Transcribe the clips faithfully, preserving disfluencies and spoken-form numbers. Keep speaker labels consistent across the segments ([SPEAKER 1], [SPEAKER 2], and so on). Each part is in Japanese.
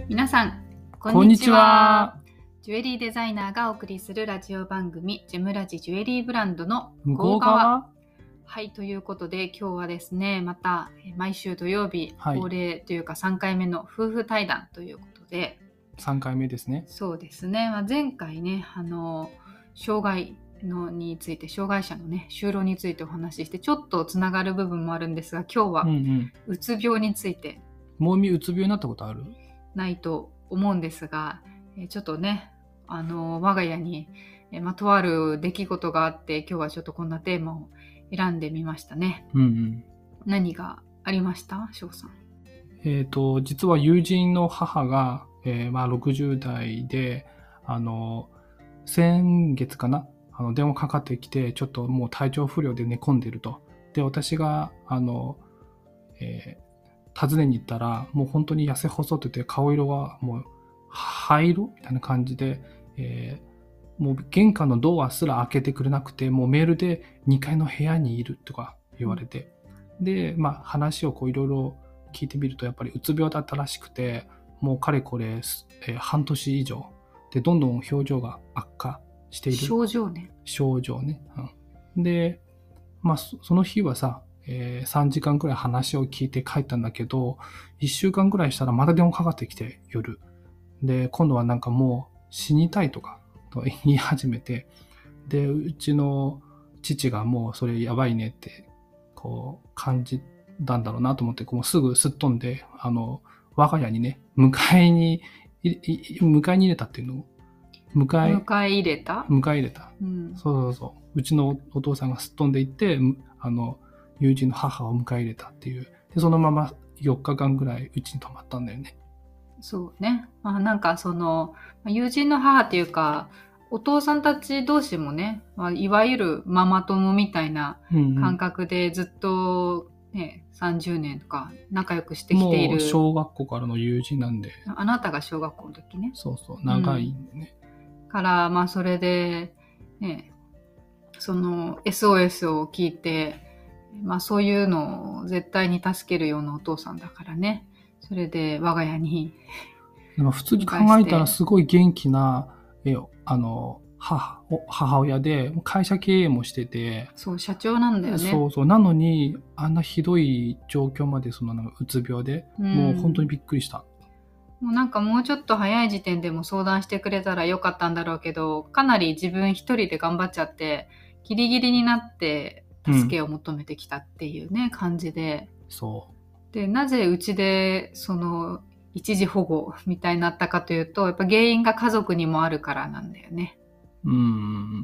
[SPEAKER 1] 皆さんこ
[SPEAKER 2] こんにちは。
[SPEAKER 1] ジュエリーデザイナーがお送りするラジオ番組ジェムラジジュエリーブランドの
[SPEAKER 2] 向こう側。
[SPEAKER 1] はい、ということで今日はですね、また毎週土曜日、
[SPEAKER 2] はい、
[SPEAKER 1] 恒例というかさんかいめの夫婦対談ということで、
[SPEAKER 2] さんかいめですね。
[SPEAKER 1] そうですね、まあ、前回ね、あの障害のについて障害者のね就労についてお話しして、ちょっとつながる部分もあるんですが、今日はうつ病について、
[SPEAKER 2] うんうん、もうみうつ病になったことある？
[SPEAKER 1] ないと思うんですが、ちょっとね、あの我が家に、まあ、とある出来事があって、今日はちょっとこんなテーマを選んでみましたね。
[SPEAKER 2] うんうん、
[SPEAKER 1] 何がありました？翔さん。
[SPEAKER 2] えーと、実は友人の母が、えーまあ、ろくじゅう代で、あの先月かな、あの電話かかってきて、ちょっともう体調不良で寝込んでると。で、私があの、えー訪ねに行ったら、もう本当に痩せ細ってて、顔色がもう灰色みたいな感じで、えー、もう玄関のドアすら開けてくれなくて、もうメールでにかいの部屋にいるとか言われて、うん、で、まあ話をこういろいろ聞いてみると、やっぱりうつ病だったらしくて、もうかれこれ、えー、半年以上で、どんどん表情が悪化している。
[SPEAKER 1] 症状ね。
[SPEAKER 2] 症状ね。うん、で、まあその日はさ、えー、さんじかんくらい話を聞いて帰ったんだけど、いっしゅうかんくらいしたらまた電話かかってきて、夜。で、今度はなんかもう死にたいとかと言い始めて、で、うちの父がもうそれやばいねってこう感じたんだろうなと思って、こうすぐすっ飛んで、あの、我が家にね、迎えに、迎えに入れたっていうのを、迎え、
[SPEAKER 1] 迎え入れた
[SPEAKER 2] 迎え入れた。
[SPEAKER 1] うん、
[SPEAKER 2] そうそうそう。うちのお父さんがすっ飛んでいって、あの、友人の母を迎え入れたっていう。で、そのままよっかかんぐらいうちに泊まったんだよね。
[SPEAKER 1] そうね。まあ、なんかその、友人の母っていうか、お父さんたち同士もね、まあ、いわゆるママ友みたいな感覚でずっとね、うんうん、さんじゅうねんとか仲良くしてきている。
[SPEAKER 2] もう小学校からの友人なんで。
[SPEAKER 1] あなたが小学校の時ね。
[SPEAKER 2] そうそう、長いんでね。
[SPEAKER 1] うん、から、まあそれで、ね、その エスオーエス を聞いて、まあそういうのを絶対に助けるようなお父さんだからね。それで我が家に。
[SPEAKER 2] でも普通に考えたらすごい元気な、えあの、母、母親で、会社経営もしてて。
[SPEAKER 1] そう、社長なんだよね。
[SPEAKER 2] そうそう。なのに、あんなひどい状況まで、そのなんかうつ病で、うん、もう本当にびっくりした。
[SPEAKER 1] もうなんかもうちょっと早い時点でも相談してくれたらよかったんだろうけど、かなり自分一人で頑張っちゃって、ギリギリになって助けを求めてきたっていうね、うん、感じで。
[SPEAKER 2] そう。
[SPEAKER 1] で、なぜうちでその一時保護みたいになったかというと、やっぱ原因が家族にもあるからなんだよね。
[SPEAKER 2] うん。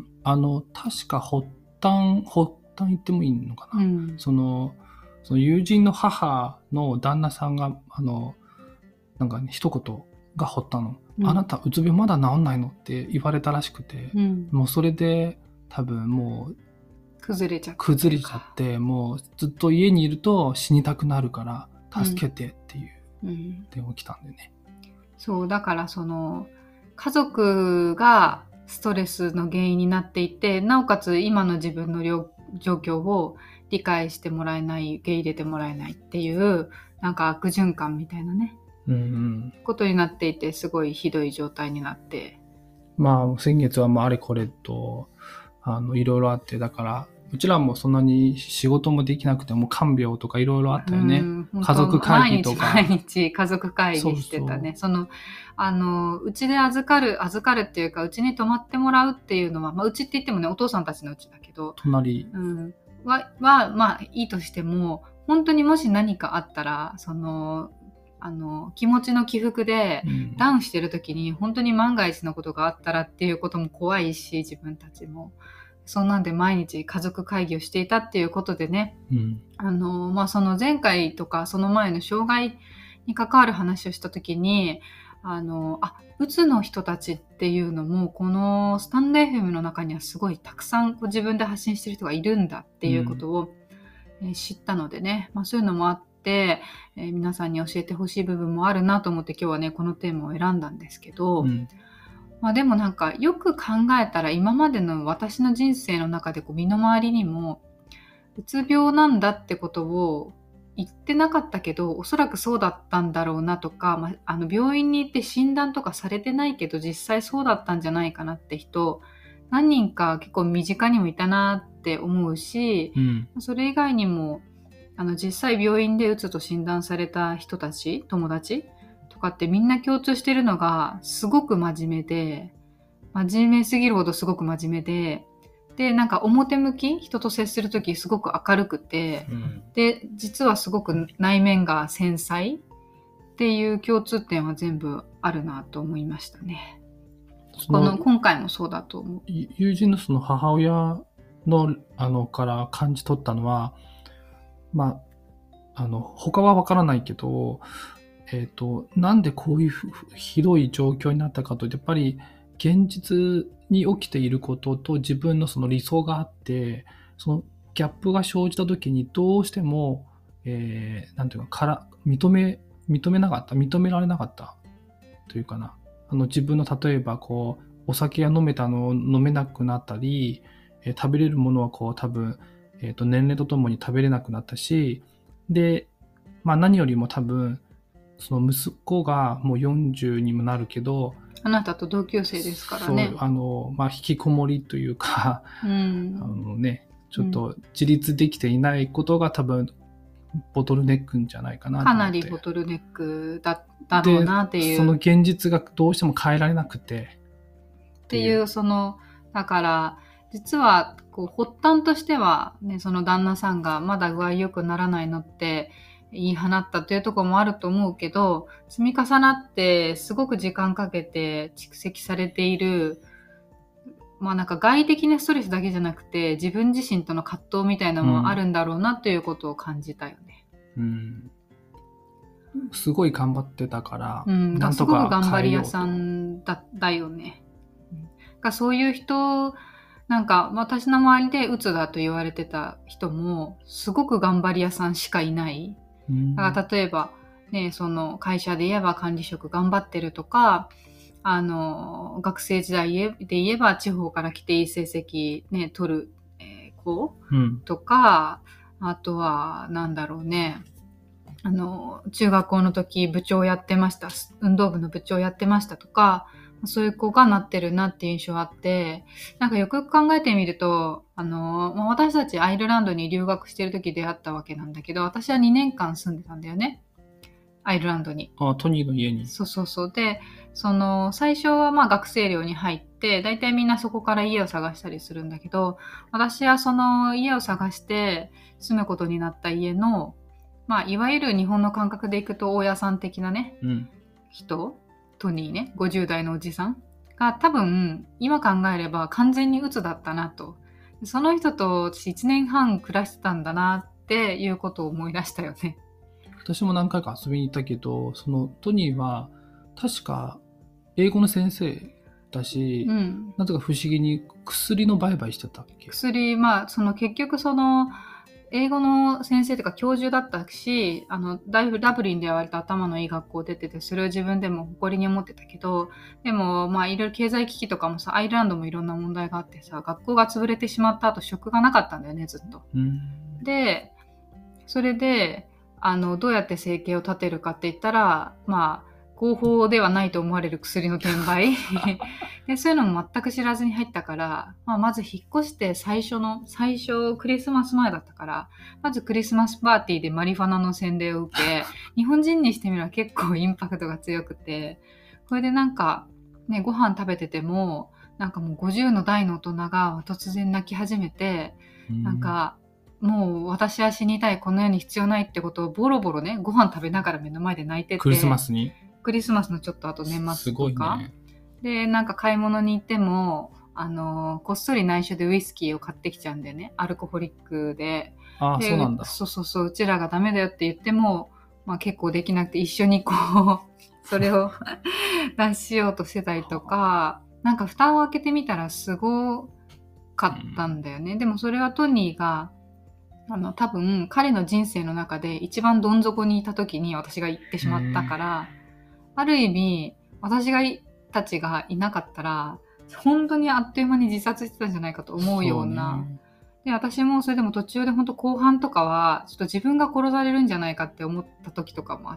[SPEAKER 2] あの、確か発端、発端言ってもいいのかな。うん、その、その友人の母の旦那さんが、あの、なんかね、一言が発端の、うん、あなたうつ病まだ治んないのって言われたらしくて、うん、もうそれで多分もう
[SPEAKER 1] 崩れちゃって
[SPEAKER 2] 崩れちゃってもうずっと家にいると死にたくなるから助けてっていう電話来たんでね、
[SPEAKER 1] うんうん、そうだからその家族がストレスの原因になっていて、なおかつ今の自分の状況を理解してもらえない、受け入れてもらえないっていうなんか悪循環みたいなね、うんうん、ことになっていて、すごいひどい状態になって、
[SPEAKER 2] まあ先月はもうあれこれとあのいろいろあって、だからうちらもそんなに仕事もできなくても看病とかいろいろあったよね、うん、家族会議とか
[SPEAKER 1] 毎日毎日家族会議してたね。そうそう、そのあのうちで預かる預かるっていうか、うちに泊まってもらうっていうのは、まあ、うちって言ってもねお父さんたちのうちだけど、
[SPEAKER 2] 隣、
[SPEAKER 1] うん、は, はまあいいとしても、本当にもし何かあったらそのあの気持ちの起伏でダウンしてる時に、本当に万が一のことがあったらっていうことも怖いし、自分たちもそんなんで毎日家族会議をしていたっていうことでね、うん、あのまあその前回とかその前の障害に関わる話をした時に、あのあうつの人たちっていうのもこのスタンド エフエム の中にはすごいたくさんこう自分で発信してる人がいるんだっていうことを、うん、えー、知ったのでね、まあ、そういうのもあってで、えー、皆さんに教えてほしい部分もあるなと思って今日はねこのテーマを選んだんですけど、うん、まあ、でもなんかよく考えたら今までの私の人生の中でこう身の回りにもうつ病なんだってことを言ってなかったけどおそらくそうだったんだろうなとか、まあ、あの病院に行って診断とかされてないけど実際そうだったんじゃないかなって人何人か結構身近にもいたなって思うし、
[SPEAKER 2] うん、
[SPEAKER 1] それ以外にもあの実際病院でうつと診断された人たち友達とかってみんな共通してるのがすごく真面目で真面目すぎるほどすごく真面目ででなんか表向き人と接するときすごく明るくて、
[SPEAKER 2] うん、
[SPEAKER 1] で実はすごく内面が繊細っていう共通点は全部あるなと思いましたね。この今回もそうだと思う。
[SPEAKER 2] 友人のその母親のあのから感じ取ったのは、まああの他はわからないけど、えっとなんでこういうひどい状況になったかというとやっぱり現実に起きていることと自分のその理想があってそのギャップが生じた時にどうしても、えー、なんていうかから認め認めなかった認められなかったというかなあの自分の例えばこうお酒が飲めたのを飲めなくなったり、えー、食べれるものはこう多分、えーと、年齢とともに食べれなくなったしで、まあ、何よりも多分その息子がもうよんじゅうにもなるけど
[SPEAKER 1] あなたと同級生ですからね。
[SPEAKER 2] そうあの、まあ、引きこもりというか、
[SPEAKER 1] うん、
[SPEAKER 2] あのね、ちょっと自立できていないことが多分ボトルネックじゃないかなと思って。
[SPEAKER 1] かなりボトルネック だ, だろうなっていう。
[SPEAKER 2] その現実がどうしても変えられなくて。
[SPEAKER 1] っていう、その、だから、実はこう発端としては、ね、その旦那さんがまだ具合良くならないのって、言い放ったというところもあると思うけど積み重なってすごく時間かけて蓄積されているまあなんか外的なストレスだけじゃなくて自分自身との葛藤みたいなのもあるんだろうなということを感じたよね。
[SPEAKER 2] うん、すごい頑張ってたから、
[SPEAKER 1] うん、なんとかすごく頑張り屋さん だ, だよね。がそういう人なんか私の周りでうつだと言われてた人もすごく頑張り屋さんしかいない。だから例えば、ね、その会社で言えば管理職頑張ってるとかあの学生時代で言えば地方から来ていい成績、ね、取る、えー、子、うん、とかあとはなんだろうねあの中学校の時部長やってました運動部の部長やってましたとかそういう子がなってるなっていう印象があってなんかよくよく考えてみるとあの、まあ、私たちアイルランドに留学してる時出会ったわけなんだけど私はにねんかん住んでたんだよねアイルランドに。
[SPEAKER 2] あ、トニーの家に。
[SPEAKER 1] そうそうそうでその最初はまあ学生寮に入ってだいたいみんなそこから家を探したりするんだけど私はその家を探して住むことになった家のまあいわゆる日本の感覚でいくと大家さん的なね、うん、人トニーねごじゅう代のおじさんが多分今考えれば完全に鬱だったなとその人といちねんはん暮らしてたんだなっていうことを思い出したよね。
[SPEAKER 2] 私も何回か遊びに行ったけどそのトニーは確か英語の先生だし、うん、なぜか不思議に薬の売買してたっけ。
[SPEAKER 1] 薬まあその結局その英語の先生というか教授だったしあのだいぶダブリンでは割と頭のいい学校出ててそれを自分でも誇りに思ってたけどでもまあいろいろ経済危機とかもさアイルランドもいろんな問題があってさ学校が潰れてしまった後職がなかったんだよねずっと、うん、でそれであのどうやって生計を立てるかって言ったらまあ合法ではないと思われる薬の転売でそういうのも全く知らずに入ったから、まあ、まず引っ越して最初の最初クリスマス前だったからまずクリスマスパーティーでマリファナの洗礼を受け日本人にしてみれば結構インパクトが強くてこれでなんかねご飯食べててもなんかもうごじゅうの代の大人が突然泣き始めてなんかもう私は死にたいこの世に必要ないってことをボロボロねご飯食べながら目の前で泣いてて
[SPEAKER 2] クリスマスに
[SPEAKER 1] クリスマスのちょっとあと年末とか
[SPEAKER 2] すごいね
[SPEAKER 1] でなんか買い物に行ってもあのこっそり内緒でウイスキーを買ってきちゃうんだよねアルコホリックで
[SPEAKER 2] ああそうなんだ
[SPEAKER 1] そうそうそううちらがダメだよって言っても、まあ、結構できなくて一緒にこうそれを出しようとしてたりとかなんか蓋を開けてみたらすごかったんだよね、うん、でもそれはトニーがあの多分彼の人生の中で一番どん底にいた時に私が行ってしまったからある意味私がたちがいなかったら本当にあっという間に自殺してたんじゃないかと思うようなで、私もそれでも途中で本当後半とかは、ちょっと自分が殺されるんじゃないかって思った時とかもあって、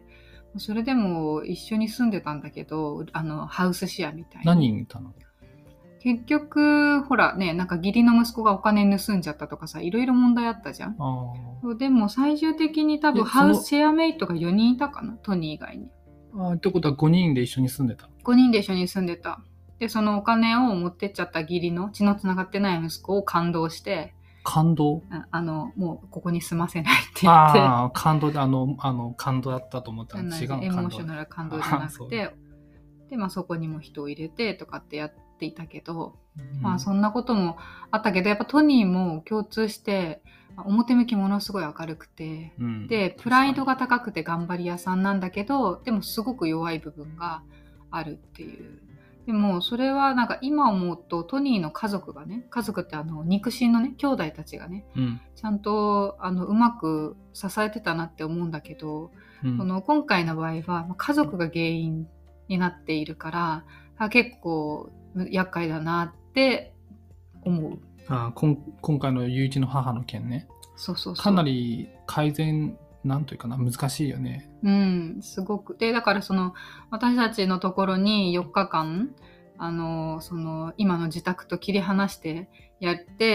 [SPEAKER 1] それでも一緒に住んでたんだけど、あの、ハウスシェアみたいな。
[SPEAKER 2] 何人いたの？
[SPEAKER 1] 結局、ほらね、なんか義理の息子がお金盗んじゃったとかさ、いろいろ問題あったじゃん。
[SPEAKER 2] あ
[SPEAKER 1] でも最終的に多分ハウスシェアメイトがよにんいたかな、トニー以外に。
[SPEAKER 2] あってことはごにんで一緒に住んでた？
[SPEAKER 1] ごにんで一緒に住んでた。で、そのお金を持ってっちゃった義理の血のつながってない息子を感動して、
[SPEAKER 2] 感動？
[SPEAKER 1] あの、もうここに住ませないって言って。
[SPEAKER 2] ああ、感動で、あの、あの、感動だったと思ったら違う。
[SPEAKER 1] エモーショナル感動じゃなくて、で、まあそこにも人を入れてとかってやっていたけど、うん、まあそんなこともあったけど、やっぱトニーも共通して、表向きものすごい明るくて、うん、で、プライドが高くて頑張り屋さんなんだけど、でもすごく弱い部分があるっていう。でもそれはなんか今思うとトニーの家族がね、家族ってあの肉親のね、兄弟たちがね、うん、ちゃんとあのうまく支えてたなって思うんだけど、うん、この今回の場合は家族が原因になっているから、結構厄介だなって思う。
[SPEAKER 2] ああ、こん今回の友一の母の件ね。
[SPEAKER 1] そうそうそう。
[SPEAKER 2] かなり改善なんというかな、難しいよね。
[SPEAKER 1] うん、すごく。で、だからその私たちのところによっかかん、あのその今の自宅と切り離してやって、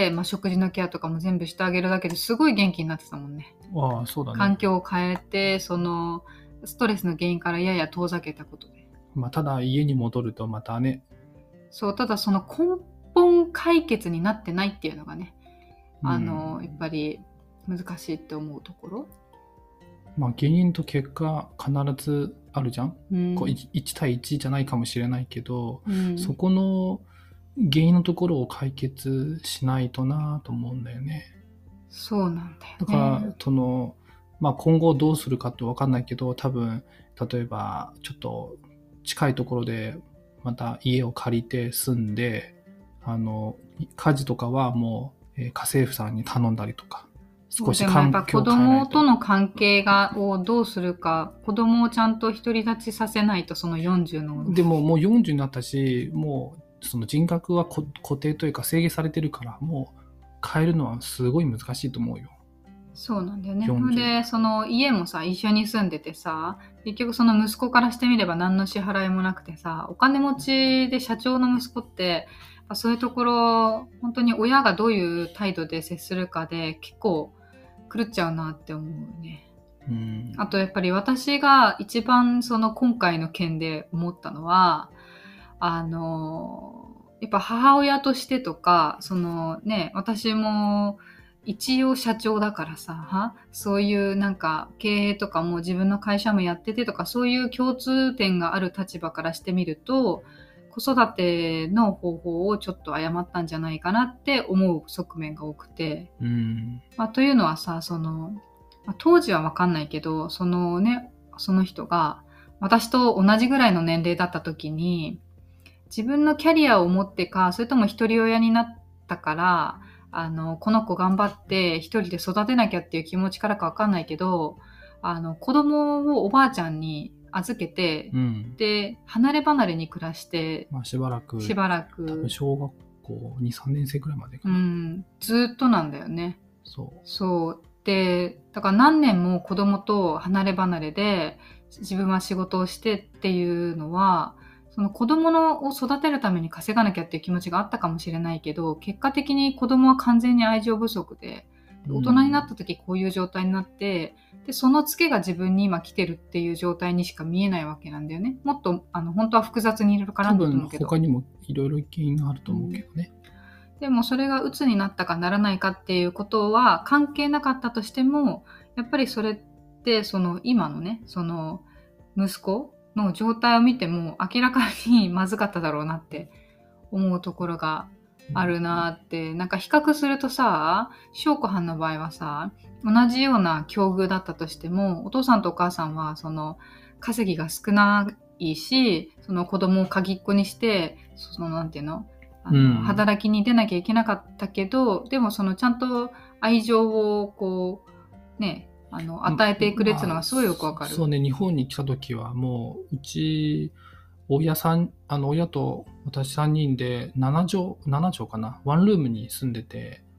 [SPEAKER 1] まあ、食事のケアとかも全部してあげるだけですごい元気になってたもんね。
[SPEAKER 2] ああ、そうだね。
[SPEAKER 1] 環境を変えて、そのストレスの原因からやや遠ざけたことで。
[SPEAKER 2] まあ、ただ家に戻るとまたね。
[SPEAKER 1] そう、ただその根本解決になってないっていうのがね、あの、うん、やっぱり難しいって思うところ。
[SPEAKER 2] まあ、原因と結果必ずあるじゃん、うん、こう いち対いちじゃないかもしれないけど、うん、そこの原因のところを解決しないとなと思うんだよね。
[SPEAKER 1] そうなんだよね。
[SPEAKER 2] だからその、まあ、今後どうするかって分かんないけど、多分例えばちょっと近いところでまた家を借りて住んで、あの家事とかはもう、えー、家政婦さんに頼んだりとか。少し環境を変えないと。
[SPEAKER 1] 子供との関係がをどうするか、子供をちゃんと独り立ちさせないと、そのよんじゅうの。
[SPEAKER 2] でももうよんじゅうになったし、もうその人格は固定というか制限されてるから、もう変えるのはすごい難しいと思うよ。
[SPEAKER 1] そうなんだよね。で、その家もさ、一緒に住んでてさ、結局その息子からしてみれば何の支払いもなくてさ、お金持ちで社長の息子って、そういうところ、本当に親がどういう態度で接するかで結構狂っちゃうなって思うね。うん、あとやっぱり私が一番その今回の件で思ったのは、あのやっぱ母親としてとか、そのね、私も一応社長だからさ、そういうなんか経営とかも自分の会社もやっててとか、そういう共通点がある立場からしてみると、子育ての方法をちょっと誤ったんじゃないかなって思う側面が多くて、うんまあ、というのはさ、その、まあ、当時は分かんないけど、そのね、その人が私と同じぐらいの年齢だった時に、自分のキャリアを持ってか、それとも一人親になったから、あのこの子頑張って一人で育てなきゃっていう気持ちからか分かんないけど、あの子供をおばあちゃんに預けて、うん、で離れ離れに暮らして、
[SPEAKER 2] まあ、しばらく
[SPEAKER 1] しばらく
[SPEAKER 2] 多分小学校に、さんねん生くらいまでかな、
[SPEAKER 1] うん、ずっとなんだよね。
[SPEAKER 2] そう
[SPEAKER 1] そうで、だから何年も子供と離れ離れで自分は仕事をしてっていうのは、その子供のを育てるために稼がなきゃっていう気持ちがあったかもしれないけど、結果的に子供は完全に愛情不足で、大人になった時こういう状態になって、でそのツケが自分に今来てるっていう状態にしか見えないわけなんだよね。もっとあの本当は複雑にいるからだと思うけど、
[SPEAKER 2] 多分他にもいろいろ原因があると思うけどね、
[SPEAKER 1] うん、でもそれが鬱になったかならないかっていうことは関係なかったとしても、やっぱりそれってその今のね、その息子の状態を見ても明らかにまずかっただろうなって思うところがあるなって、うん、なんか比較するとさ、翔子はんの場合はさ、同じような境遇だったとしても、お父さんとお母さんはその稼ぎが少ないし、その子供を鍵っ子にして、そのなんていうの、あの、うん、働きに出なきゃいけなかったけど、でもそのちゃんと愛情をこうね、あの与えてくれっていうのがすごいよくわかる、
[SPEAKER 2] まあ、そうね、日本に来た時はもううち親さん、あの親と私さんにんでななじょう、ななじょうかな、ワンルームに住んでて、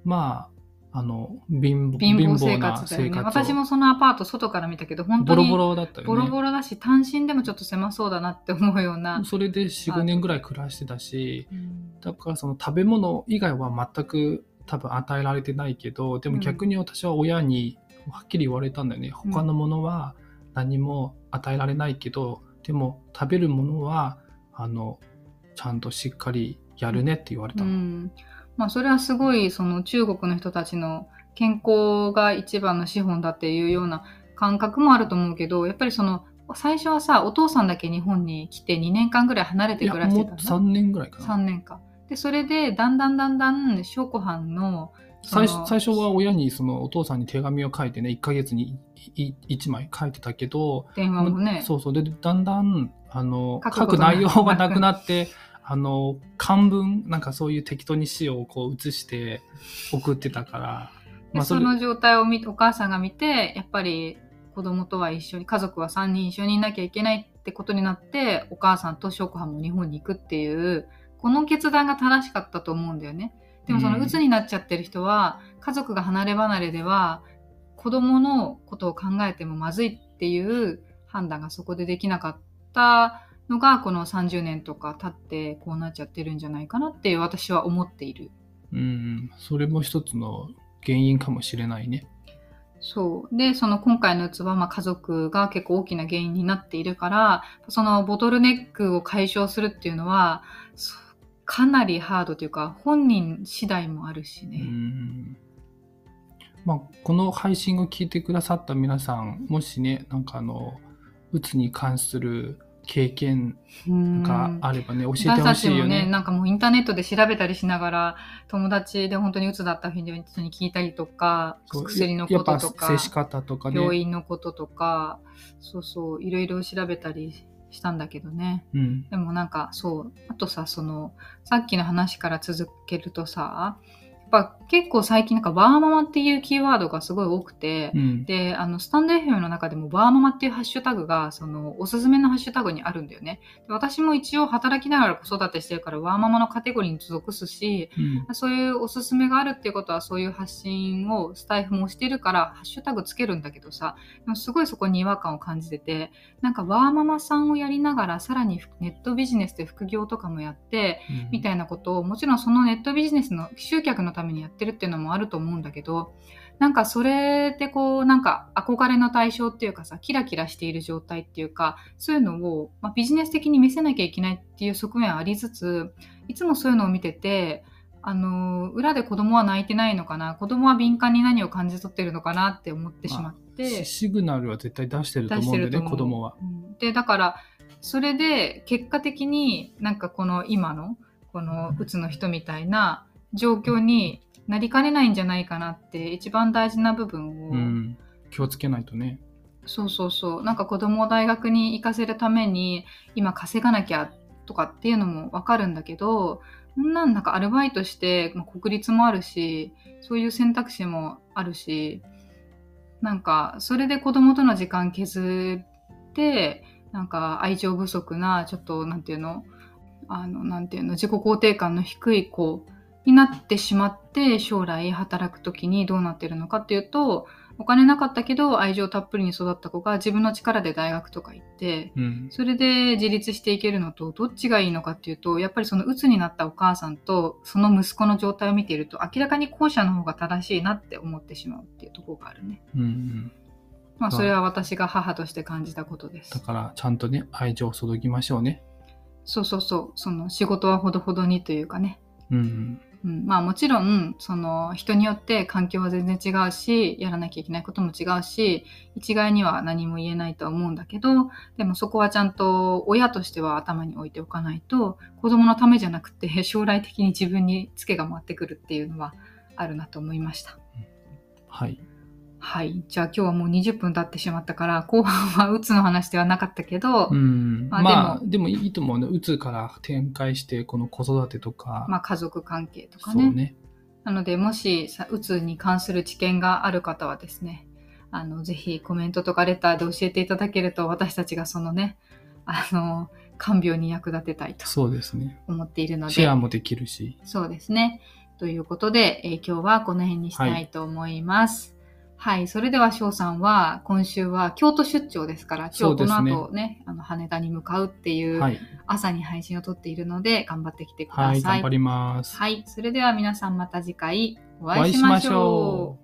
[SPEAKER 2] まあ、あの、貧乏
[SPEAKER 1] 貧乏生
[SPEAKER 2] 貧乏な
[SPEAKER 1] 活だよね。
[SPEAKER 2] 生活を
[SPEAKER 1] 私もそのアパート外から見たけど、本当に
[SPEAKER 2] ボロボロだったよね。
[SPEAKER 1] ボロボロだし、単身でもちょっと狭そうだなって思うような。
[SPEAKER 2] それでよん、ごねんぐらい暮らしてたし、
[SPEAKER 1] うん、
[SPEAKER 2] だからその食べ物以外は全く多分与えられてないけど、でも逆に私は親にはっきり言われたんだよね。
[SPEAKER 1] うん、
[SPEAKER 2] 他のものは何も与えられないけど、でも食べるものはあのちゃんとしっかりやるねって言われたの。
[SPEAKER 1] うん、まあそれはすごいその中国の人たちの健康が一番の資本だっていうような感覚もあると思うけど、やっぱりその最初はさ、お父さんだけ日本に来てにねんかんぐらい離れて暮らしてたの。
[SPEAKER 2] いやもっとさんねんぐらいかな。
[SPEAKER 1] さんねんか。でそれでだんだんだんだん証拠班の
[SPEAKER 2] 最初最初は親にそのお父さんに手紙を書いてね、いっかげつにいちまい書いてたけど、
[SPEAKER 1] 電話もね、
[SPEAKER 2] そうそうでだんだんあの書く内容がなくなってあの漢文なんかそういう適当に詩をこう写して送ってたから、
[SPEAKER 1] まあ、そ, その状態を見お母さんが見て、やっぱり子供とは一緒に、家族はさんにん一緒にいなきゃいけないってことになって、お母さんと証拠班も日本に行くっていうこの決断が正しかったと思うんだよね。でもその鬱になっちゃってる人は、うん、家族が離れ離れでは子供のことを考えてもまずいっていう判断がそこでできなかったのが、このさんじゅうねんとか経ってこうなっちゃってるんじゃないかなって私は思っている。
[SPEAKER 2] うん、それも一つの原因かもしれないね。
[SPEAKER 1] そうで、その今回のうつはまあ家族が結構大きな原因になっているから、そのボトルネックを解消するっていうのはかなりハードというか、本人次第もあるしね。
[SPEAKER 2] うん、まあ、この配信を聞いてくださった皆さん、もしね、なんかあのうつに関する経験があればね、教えてほしいよね。
[SPEAKER 1] 私たちもね、なんかもうインターネットで調べたりしながら、友達で本当にうつだった人に聞いたりとか、薬のこととか、
[SPEAKER 2] 接し方とかね、
[SPEAKER 1] 病院のこととか、そうそう、いろいろ調べたりしたんだけどね。
[SPEAKER 2] うん、
[SPEAKER 1] でもなんかそう、あとさ、その、さっきの話から続けるとさ、やっぱ結構最近なんかワーママっていうキーワードがすごい多くて、うん、であのスタンド エフエム の中でもワーママっていうハッシュタグがそのおすすめのハッシュタグにあるんだよね。で私も一応働きながら子育てしてるからワーママのカテゴリーに属すし、うん、そういうおすすめがあるっていうことはそういう発信をスタイフもしてるからハッシュタグつけるんだけどさ、でもすごいそこに違和感を感じてて、なんかワーママさんをやりながらさらにネットビジネスで副業とかもやって、うん、みたいなことをもちろんそのネットビジネスの集客のためにやってるっていうのもあると思うんだけど、なんかそれってこうなんか憧れの対象っていうかさ、キラキラしている状態っていうか、そういうのを、まあ、ビジネス的に見せなきゃいけないっていう側面はありつつ、いつもそういうのを見てて、あの裏で子供は泣いてないのかな、子供は敏感に何を感じ取ってるのかなって思ってしまって、まあ、
[SPEAKER 2] シグナルは絶対出してると思うんだよね、子供は。
[SPEAKER 1] うん、でだからそれで結果的になんかこの今のこのうつの人みたいな状況になりかねないんじゃないかなって一番大事な部分を、うん、
[SPEAKER 2] 気をつけないとね。
[SPEAKER 1] そうそうそう、なんか子供を大学に行かせるために今稼がなきゃとかっていうのも分かるんだけど、なんなんかアルバイトして国立もあるし、そういう選択肢もあるし、なんかそれで子供との時間削ってなんか愛情不足なちょっとなんていうのあのなんていうの自己肯定感の低い子になってしまって、将来働く時にどうなってるのかっていうと、お金なかったけど愛情たっぷりに育った子が自分の力で大学とか行って、うん、それで自立していけるのとどっちがいいのかっていうと、やっぱりその鬱になったお母さんとその息子の状態を見ていると明らかに後者の方が正しいなって思ってしまうっていうところがあるね。
[SPEAKER 2] うんうん、
[SPEAKER 1] まあそれは私が母として感じたことです。
[SPEAKER 2] だからちゃんとね愛情を注ぎましょうね。
[SPEAKER 1] そうそうそう、その仕事はほどほどにというかね。
[SPEAKER 2] うんうん
[SPEAKER 1] うん、まあもちろんその人によって環境は全然違うし、やらなきゃいけないことも違うし、一概には何も言えないとは思うんだけど、でもそこはちゃんと親としては頭に置いておかないと、子供のためじゃなくて将来的に自分にツケが回ってくるっていうのはあるなと思いました。
[SPEAKER 2] はい
[SPEAKER 1] はい。じゃあ今日はもうにじゅっぷん経ってしまったから、後半はうつの話ではなかったけど、
[SPEAKER 2] うん、まあ、まあ、でもいいと思うね。うつから展開して、この子育てとか。
[SPEAKER 1] まあ家族関係とかね。
[SPEAKER 2] そうね。
[SPEAKER 1] なので、もしうつに関する知見がある方はですね、あの、ぜひコメントとかレターで教えていただけると、私たちがそのね、あの、看病に役立てたいと
[SPEAKER 2] そうですね。
[SPEAKER 1] 思っているので。
[SPEAKER 2] シェアもできるし。
[SPEAKER 1] そうですね。 ということで、えー今日はこの辺にしたいと思います。はい。はい、それでは翔さんは今週は京都出張ですから、今日この後ね、あの羽田に向かうっていう朝に配信を撮っているので、頑張ってきてください。
[SPEAKER 2] はい、頑張ります。
[SPEAKER 1] はい。それでは皆さんまた次回お会いしましょう。